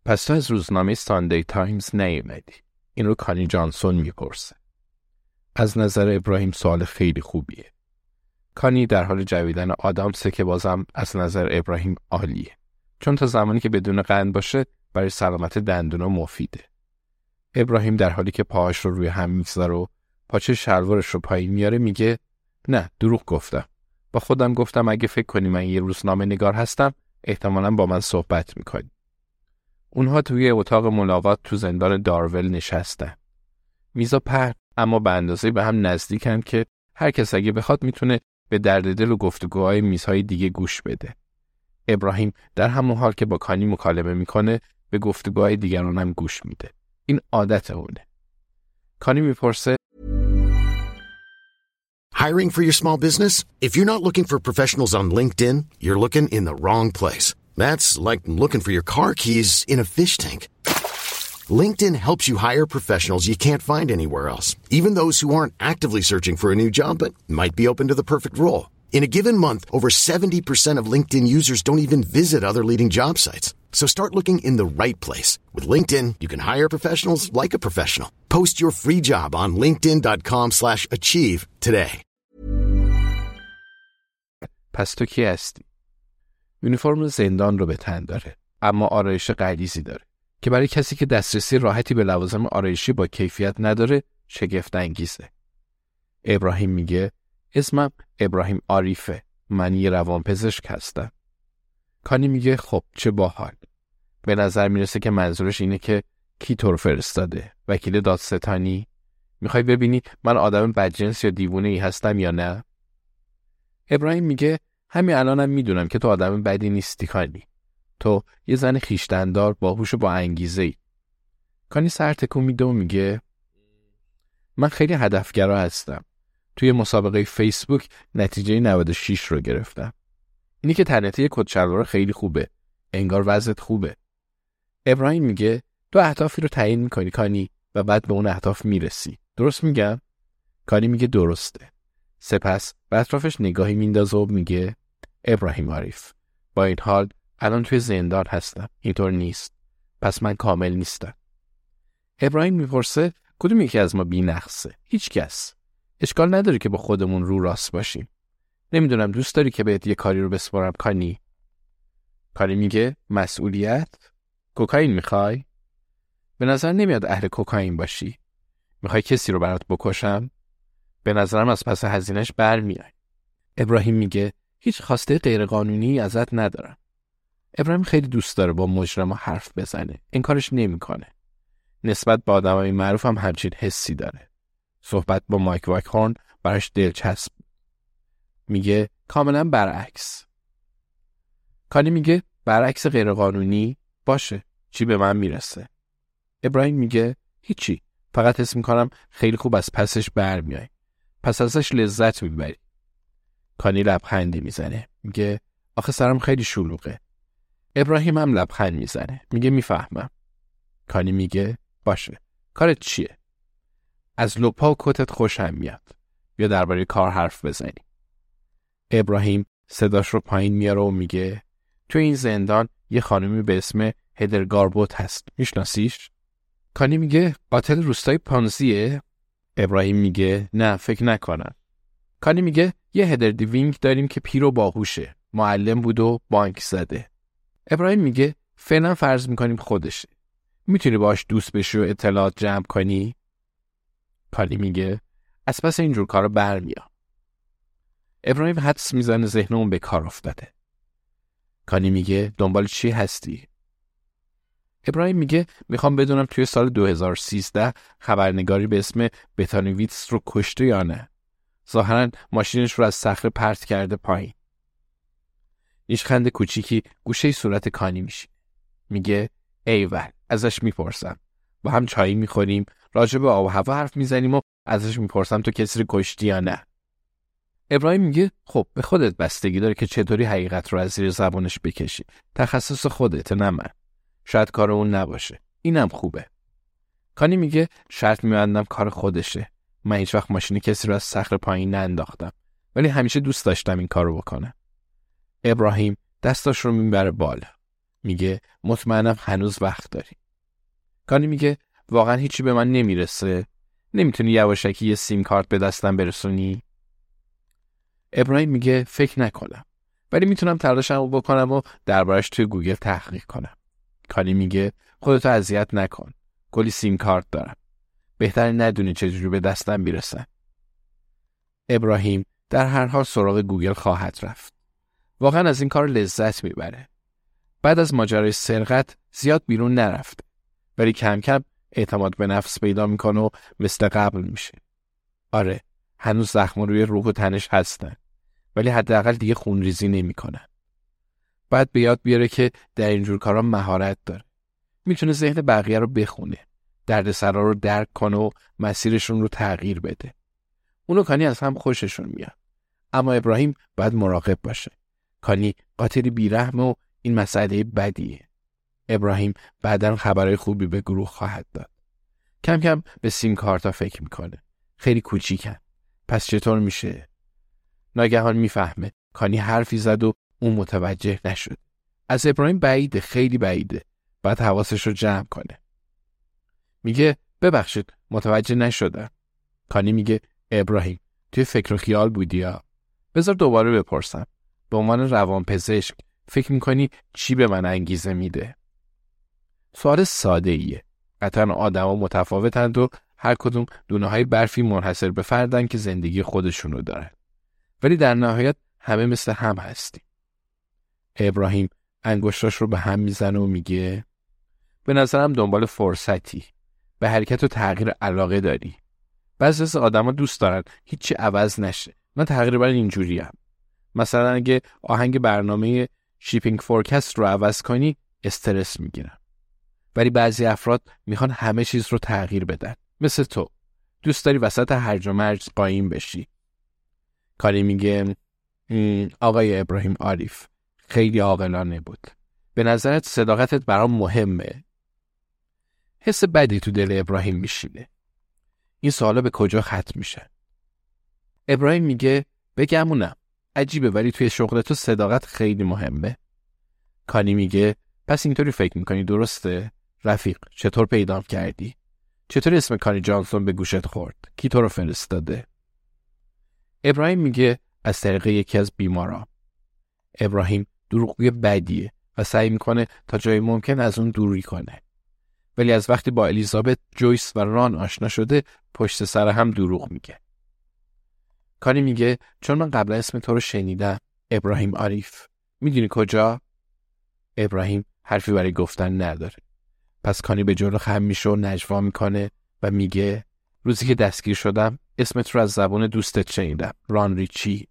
پس تو از روزنامه ساندی تایمز نیومدی؟ این رو کانی جانسون میپرسه. از نظر ابراهیم سوال خیلی خوبیه. کانی در حال جویدن آدامسه که بازم از نظر ابراهیم عالیه. چون تا زمانی که بدون قند باشه برای سلامت دندونا مفیده. ابراهیم در حالی که پاهاش رو روی هم میگذاره و پاچه شلوارش رو پایین میاره میگه نه دروغ گفتم. با خودم گفتم اگه فکر کنی من یه روزنامه نگار هستم احتمالاً با من صحبت میکنی. اونها توی اتاق ملاقات تو زندان دارول نشستن. میزا پهن اما به اندازه به هم نزدیکن که هر کس اگه بخواد میتونه به درد دل و گفتگوهای میزهای دیگه گوش بده. ابراهیم در همون حال که با کانی مکالمه میکنه به گفتگوهای دیگران هم گوش میده. این عادت اونه. کانی میپرسه Hiring for your small business? If you're not looking for professionals on LinkedIn, you're looking in the wrong place. That's like looking for your car keys in a fish tank. LinkedIn helps you hire professionals you can't find anywhere else, even those who aren't actively searching for a new job but might be open to the perfect role. In a given month, over 70% of LinkedIn users don't even visit other leading job sites. So start looking in the right place. With LinkedIn, you can hire professionals like a professional. Post your free job on linkedin.com/achieve today. پس تو کی هستی؟ یونیفرم زندان رو به تن داره، اما آرایش غلیظی داره که برای کسی که دسترسی راحتی به لوازم آرایشی با کیفیت نداره شگفت انگیزه. ابراهیم میگه اسمم ابراهیم عاریفه. من یه روانپزشک هستم. کانی میگه خب چه باحال. به نظر میرسه که منظورش اینه که کی تو رو فرستاده؟ وکیل دادستانی؟ میخوای ببینی من آدم بدجنس یا دیوونه ای هستم یا نه؟ ابراهیم میگه همین الانم میدونم که تو آدم بدی نیستی کانی. تو یه زن خویشتن‌دار باهوش و با انگیزه ای. کانی سر تکون میده و میگه من خیلی هدفگرا هستم. توی مسابقه فیسبوک نتیجه 96 رو گرفتم. اینی که تنته یه کت خیلی خوبه. انگار وضعت خوبه. ابراهیم میگه تو اهدافی رو تعیین میکنی کانی و بعد به اون اهداف میرسی. درست میگم؟ کانی میگه درسته. سپس به اطرافش نگاهی میندازه و میگه ابراهیم عاریف با این حال الان توی زندان هستم. اینطور نیست. پس من کامل نیستم. ابراهیم میپرسه کدوم یکی از ما بی نقصه؟ هیچ کس. اشکال نداره که با خودمون رو راست باشیم. نمیدونم دوست داری که بهت یه کاری رو بسپارم کانی؟ کانی میگه مسئولیت؟ کوکائین میخوای؟ به نظر نمیاد اهل کوکائین باشی. میخوای کسی رو برات بکشم؟ به نظرم از پس هزینه‌اش برمیای. ابراهیم میگه هیچ خواسته غیرقانونی ازت ندارم. ابراهیم خیلی دوست داره با مجرما حرف بزنه. این کارش نمیکنه. نسبت به آدمای معروف هم همچین حسی داره. صحبت با مایک واکهورن براش دلچسب. میگه کاملا برعکس. کانی میگه برعکس غیرقانونی باشه. چی به من میرسه؟ ابراهیم میگه هیچی. فقط حس میکنم خیلی خوب از پسش برمیای. پس ازش لذت میبری. کانی لبخندی میزنه. میگه آخه سرم خیلی شلوغه. ابراهیم هم لبخند میزنه. میگه میفهمم. کانی میگه باشه. کارت چیه؟ از لپا و کتت خوشم میاد. بیا درباره کار حرف بزنیم. ابراهیم صداش رو پایین میاره و میگه تو این زندان یه خانمی به اسم هدر گاربوت هست. میشناسیش؟ کانی میگه قاتل روستای پانزیه؟ ابراهیم میگه نه فکر نکنم. کانی میگه یه هدر دیوینگ داریم که پیر و باهوشه. معلم بود و بانک زده. ابراهیم میگه فعلا فرض میکنیم خودشه. میتونی باهاش دوست بشی و اطلاعات جمع کنی؟ کانی میگه از پس اینجور کارا برمیام. ابراهیم حدس میزنه ذهنمون به کار افتاده. کانی میگه دنبال چی هستی؟ ابراهیم میگه میخوام بدونم توی سال 2013 خبرنگاری به اسم بتانویتس رو کشته یا نه. ظاهراً ماشینش رو از صخره پرت کرده پایین. نیشخند کوچیکی گوشه صورت کانی میشه. میگه ایول. ازش میپرسم. با هم چایی میخوریم، راجع به آب و هوا حرف میزنیم و ازش میپرسم تو کسی رو کشتی یا نه. ابراهیم میگه خب به خودت بستگی داره که چطوری حقیقت رو از زیر زبانش بکشی. تخصص خودته نه من. شاید کار اون نباشه. اینم خوبه. کانی میگه شرط میبندم کار خودشه. من هیچ وقت ماشین کسی رو از صخره پایین ننداختم. ولی همیشه دوست داشتم این کارو بکنم. ابراهیم دستاش رو میبره بالا. میگه مطمئنم هنوز وقت داری. کانی میگه واقعا هیچی به من نمیرسه؟ نمیتونی یواشکی یه سیم کارت به دستم برسونی؟ ابراهیم میگه فکر نکنم، ولی میتونم تلاشمو بکنم و دربارش توی گوگل تحقیق کنم. کانی میگه خودتو اذیت نکن، کلی سیم کارت دارم، بهتره ندونی چجوری به دستم میرسن. ابراهیم در هر حال سراغ گوگل خواهد رفت. واقعا از این کار لذت میبره. بعد از ماجرای سرقت زیاد بیرون نرفته، ولی کم کم اعتماد به نفس پیدا میکنه و مثل قبل میشه. آره، هنوز زخم روی روح و تنش هستن، ولی حداقل دیگه خونریزی نمیکنن. بعد به یاد بیاره که در اینجور کارا مهارت داره. میتونه ذهن بقیه رو بخونه، دردسرا رو درک کنه و مسیرشون رو تغییر بده. اونو کانی از هم خوششون میاد. اما ابراهیم باید مراقب باشه. کانی قاتلی بیرحم و این مسئله بدیه. ابراهیم بعداً خبرهای خوبی به گروه خواهد داد. کم کم به سیم کارتا فکر میکنه. خیلی کوچیکن. پس چطور میشه؟ ناگهان میفهمه کانی حرفی زد و اون متوجه نشد. از ابراهیم بعیده، خیلی بعیده. بعد حواسش رو جمع کنه. میگه ببخشید متوجه نشدم. کانی میگه ابراهیم توی فکر و خیال بودی یا؟ بذار دوباره بپرسم. به عنوان روانپزشک فکر میکنی چی به من انگیزه میده؟ سوال ساده ایه. قطعا آدما متفاوتند و هر کدوم دونه‌های برفی منحصر به فردن که زندگی خودشونو دارن. ولی در نهایت همه مثل هم هستیم. ابراهیم انگشتاش رو به هم میزنه و میگه به نظرم دنبال فرصتی، به حرکت و تغییر علاقه داری. بعضی از آدما دوست دارن هیچی عوض نشه. من تقریبا اینجوریم. مثلا اگه آهنگ برنامه شیپینگ فورکست رو عوض کنی استرس میگیرم. ولی بعضی افراد میخوان همه چیز رو تغییر بدن. مثل تو. دوست داری وسط هرج و مرج قایم بشی. کاری میگه آقای ابراهیم عارف خیلی عاقلانه بود. به نظرت صداقتت برام مهمه؟ حس بدی تو دل ابراهیم میشینه. این سوالا به کجا ختم میشه؟ ابراهیم میگه بگمونم. عجیبه ولی توی شغل تو صداقت خیلی مهمه. کانی میگه پس اینطوری فکر میکنی درسته؟ رفیق چطور پیدا کردی؟ چطور اسم کانی جانسون به گوشت خورد؟ کی تو رو فرستاده؟ ابراهیم میگه از طریق یکی از بیمارا. ابراهیم دروغگوی بدیه و سعی میکنه تا جای ممکن از اون دوری کنه. ولی از وقتی با الیزابت، جویس و ران آشنا شده پشت سر هم دروغ میگه. کانی میگه چون من قبلا اسم تو رو شنیدم. ابراهیم عارف. میدونی کجا؟ ابراهیم حرفی برای گفتن نداره. پس کانی به جلو خم میشه و نجوا میکنه و میگه روزی که دستگیر شدم اسمت رو از زبون دوستت شنیدم. ران ریچی.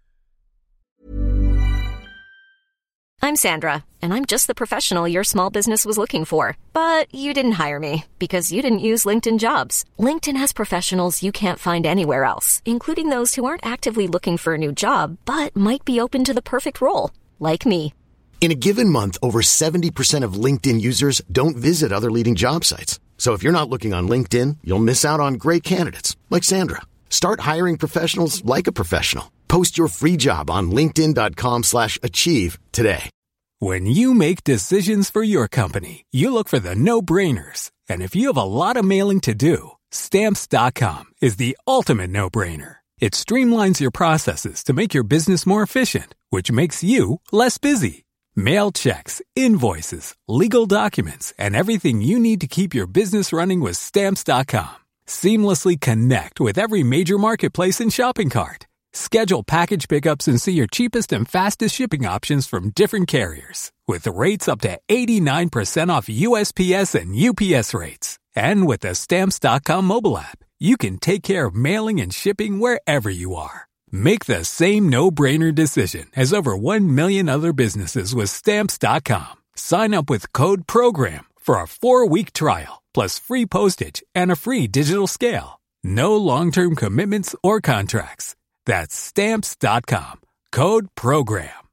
I'm Sandra, and I'm just the professional your small business was looking for. But you didn't hire me because you didn't use LinkedIn Jobs. LinkedIn has professionals you can't find anywhere else, including those who aren't actively looking for a new job, but might be open to the perfect role, like me. In a given month, over 70% of LinkedIn users don't visit other leading job sites. So if you're not looking on LinkedIn, you'll miss out on great candidates like Sandra. Start hiring professionals like a professional. Post your free job on linkedin.com/achieve today. When you make decisions for your company, you look for the no-brainers. And if you have a lot of mailing to do, Stamps.com is the ultimate no-brainer. It streamlines your processes to make your business more efficient, which makes you less busy. Mail checks, invoices, legal documents, and everything you need to keep your business running with Stamps.com. Seamlessly connect with every major marketplace and shopping cart. Schedule package pickups and see your cheapest and fastest shipping options from different carriers. With rates up to 89% off USPS and UPS rates. And with the Stamps.com mobile app, you can take care of mailing and shipping wherever you are. Make the same no-brainer decision as over 1 million other businesses with Stamps.com. Sign up with code PROGRAM for a 4-week trial, plus free postage and a free digital scale. No long-term commitments or contracts. That's Stamps.com. Code PROGRAM.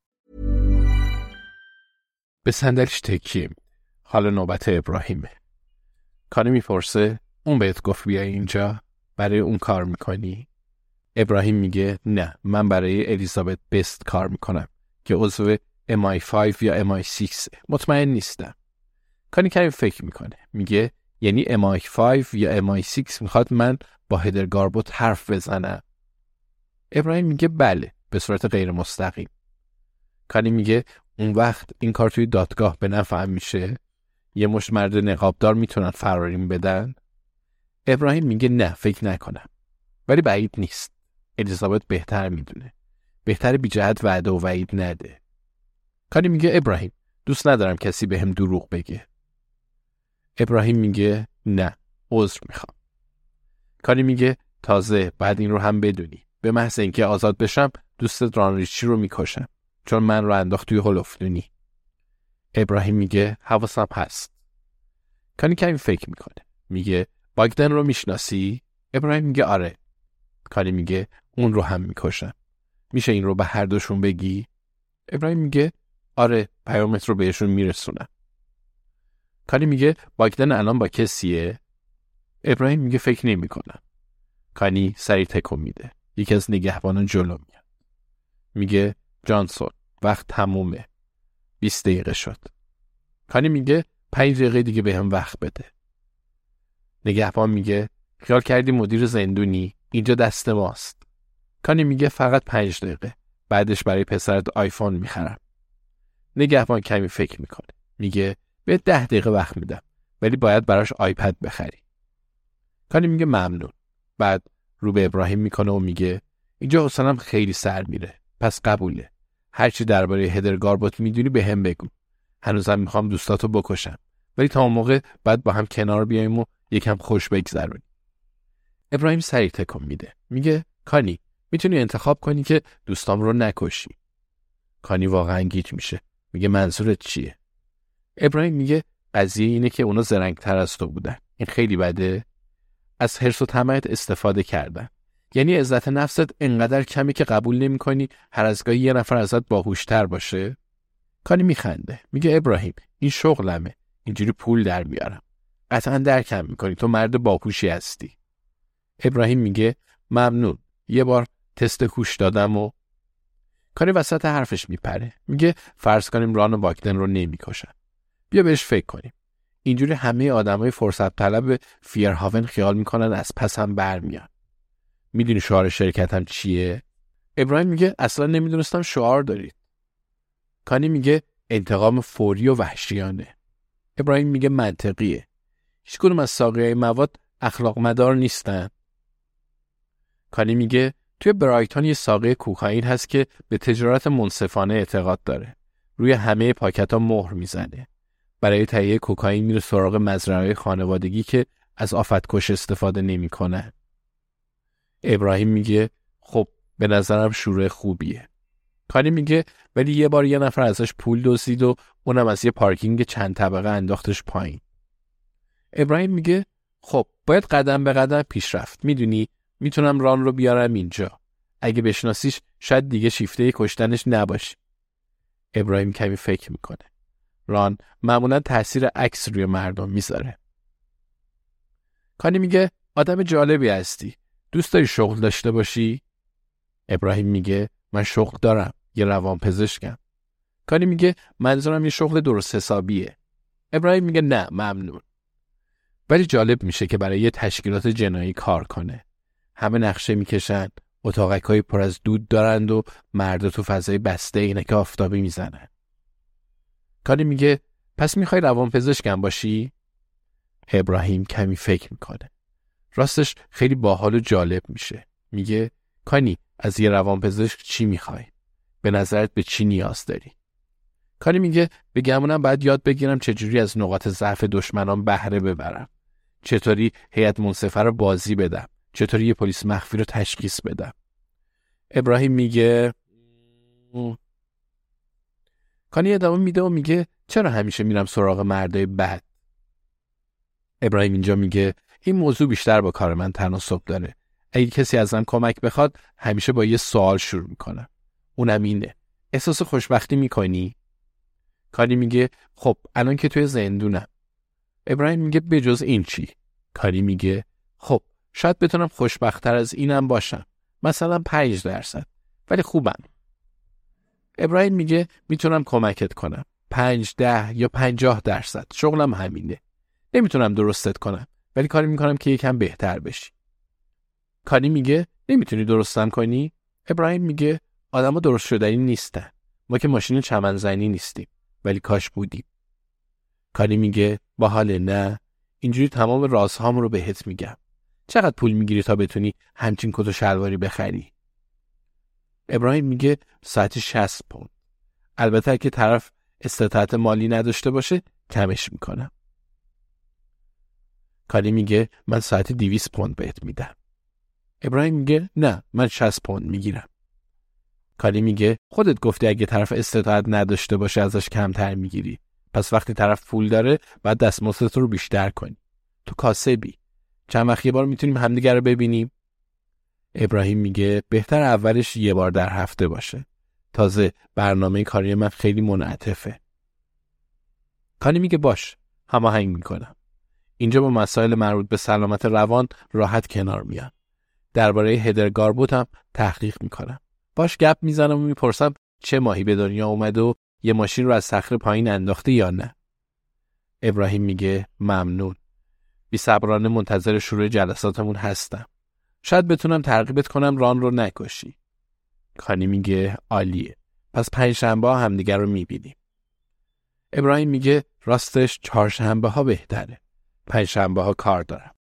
به صندلیش تکیه. حالا نوبت ابراهیمه. کانی میپرسه اون بهت گفت بیای اینجا؟ برای اون کار میکنی؟ ابراهیم میگه نه، من برای الیزابت بست کار میکنم که عضو MI5 یا MI6 مطمئن نیستم. کانی کمی فکر میکنه. میگه یعنی MI5 یا MI6 میخواد من با هدر گاربوت حرف بزنم. ابراهیم میگه بله، به صورت غیر مستقیم. کانی میگه اون وقت این کار توی دادگاه به نفعم میشه؟ یه مشت مرد نقابدار میتونن فراریم بدن؟ ابراهیم میگه نه، فکر نکنم. ولی بعید نیست. الیزابت بهتر میدونه. بهتر بی جهت وعده و وعید نده. کانی میگه ابراهیم دوست ندارم کسی بهم دروغ بگه. ابراهیم میگه نه، عذر میخوام. کانی میگه تازه بعد این رو هم بدونی. به محض اینکه آزاد بشم دوست ران ریچی رو میکشم. چون من رو انداخت توی هلفدونی. ابراهیم میگه حواسم هست. کانی کمی فکر میکنه. میگه باگدن رو میشناسی؟ ابراهیم میگه آره. کانی میگه اون رو هم میکشم. میشه این رو به هر دوشون بگی؟ ابراهیم میگه آره، پیامت رو بهشون میرسونم. کانی میگه باگدن الان با کسیه؟ ابراهیم میگه فکر نمیکنم. کانی سریع تکون میده. یکی از نگهبانان جلو میاد. میگه جانسون وقت تمومه. 20 دقیقه شد. کانی میگه 5 دقیقه دیگه بهم وقت بده. نگهبان میگه خیال کردی مدیر زندونی؟ اینجا دست ماست. کانی میگه فقط 5 دقیقه. بعدش برای پسرت آیفون میخرم. نگهبان کمی فکر میکنه. میگه به 10 دقیقه وقت میدم. ولی باید براش آیپد بخری. کانی میگه ممنون. بعد رو به ابراهیم میکنه و میگه اینجا حسنم خیلی سر میره. پس قبوله. هرچی درباره هدر گاربوت میدونی به هم بگو. هنوزم میخوام دوستاتو بکشم. ولی تا اون موقع بعد با هم کنار بیایم و یکم خوش بگذرونیم. ابراهیم سریع تکون میده. میگه کانی میتونی انتخاب کنی که دوستام رو نکشی. کانی واقعا گیج میشه. میگه منظورت چیه؟ ابراهیم میگه قضیه اینه که اونا زرنگ‌تر از تو بودن. این خیلی بده. از حرص و طمعت استفاده کردن. یعنی عزت نفست انقدر کمی که قبول نمی‌کنی هر از گاهی یه نفر ازت باهوش‌تر باشه؟ کانی میخنده. میگه ابراهیم این شغلمه. اینجوری پول در میارم. قطعاً درکم می‌کنی. تو مرد باهوشی هستی. ابراهیم میگه ممنون. یه بار تست هوش دادم و کانی وسط حرفش میپره. میگه فرض کنیم ران و باگدن رو نمیکشن. بیا بهش فکر کنیم. اینجوری همه آدمای فرصت طلب فیرهاون خیال میکنن از پس هم برمیان. میدونی شعار شرکتم چیه؟ ابراهیم میگه اصلا نمیدونستم شعار دارید. کانی میگه انتقام فوری و وحشیانه. ابراهیم میگه منطقیه. هیچ کدوم از ساقیای مواد اخلاق مدار نیستن. کانی میگه توی برایتون یه ساقه کوکائین هست که به تجارت منصفانه اعتقاد داره. روی همه پاکت‌ها مهر میزنه. برای تهیه کوکائین میره سراغ مزرعه‌های خانوادگی که از آفتکش استفاده نمی‌کنن. ابراهیم میگه خب به نظرم شروع خوبیه. کانی میگه ولی یه بار یه نفر ازش پول دزدید و اونم از یه پارکینگ چند طبقه انداختش پایین. ابراهیم میگه خب باید قدم به قدم پیش رفت. میدونی میتونم ران رو بیارم اینجا. اگه بشناسیش شاید دیگه شیفته کشتنش نباشی. ابراهیم کمی فکر میکنه. ران معمولا تاثیر عکس روی مردم میذاره. کانی میگه آدم جالبی هستی. دوست داری شغل داشته باشی؟ ابراهیم میگه من شغل دارم. یه روانپزشکم. کانی میگه منظورم یه شغل درست حسابیه. ابراهیم میگه نه ممنون. ولی جالب میشه که برای یه تشکیلات جنایی کار کنه. همه نقشه میکشن، اتاقک‌های پر از دود دارند و مردا تو فضای بسته عینک آفتابی میزنن. کانی میگه پس میخوای روانپزشکم باشی؟ ابراهیم کمی فکر میکنه. راستش خیلی باحال و جالب میشه. میگه کانی از یه روانپزشک چی میخوای؟ به نظرت به چی نیاز داری؟ کانی میگه بگمونم باید یاد بگیرم چجوری از نقاط ضعف دشمنان بهره ببرم. چطوری هیئت منصفه رو بازی بدم. چطوری یه پلیس مخفی رو تشخیص بدم. ابراهیم میگه کانی ادامه میده و میگه چرا همیشه میرم سراغ مردای بد؟ ابراهیم اینجا میگه این موضوع بیشتر با کار من تناسب داره. اگه کسی ازم کمک بخواد همیشه با یه سوال شروع میکنم. اونم اینه. احساس خوشبختی میکنی؟ کانی میگه خب الان که توی زندونم. ابراهیم میگه بجز این چی؟ کانی میگه خب شاید بتونم خوشبخت‌تر از اینم باشم. مثلا 5%. ولی خوبم. ابراهیم میگه میتونم کمکت کنم. 5، 10 یا 50%. شغلم همینه. نمیتونم درستت کنم، ولی کاری میکنم که یکم بهتر بشی. کانی میگه نمیتونی درستم کنی؟ ابراهیم میگه آدما درست شدنی نیستن. ما که ماشین چمنزنی نیستیم، ولی کاش بودیم. کانی میگه باحال نه؟ اینجوری تمام رازهام رو بهت میگم. چقدر پول میگیری تا بتونی همچین کت و شلواری بخری؟ ابراهیم میگه ساعتی 60 پوند. البته اگه طرف استطاعت مالی نداشته باشه کمش میکنم. کانی میگه من ساعتی 200 پوند بهت میدم. ابراهیم میگه نه، من 60 پوند میگیرم. کانی میگه خودت گفتی اگه طرف استطاعت نداشته باشه ازش کمتر میگیری. پس وقتی طرف پول داره باید دستمزدت رو بیشتر کنی. تو کاسبی. چند وقت یه بار میتونیم همدیگه رو ببینیم؟ ابراهیم میگه بهتر اولش یه بار در هفته باشه. تازه برنامه کاری من خیلی منعطفه. کانی میگه باش، هماهنگ میکنم. اینجا با مسائل مربوط به سلامت روان راحت کنار میام. درباره هدر گاربوت هم تحقیق میکنم. باش گپ میزنم و میپرسم چه ماهی به دنیا اومده و یه ماشین رو از صخره پایین انداخته یا نه. ابراهیم میگه ممنون. بی‌صبرانه منتظر شروع جلساتمون هستم. شاید بتونم ترغیبت کنم ران رو نکشی. کانی میگه عالیه. پس 5 شنبه ها همدیگر رو میبینیم. ابراهیم میگه راستش 4 شنبه ها بهتره. 5 شنبه ها کار دارم.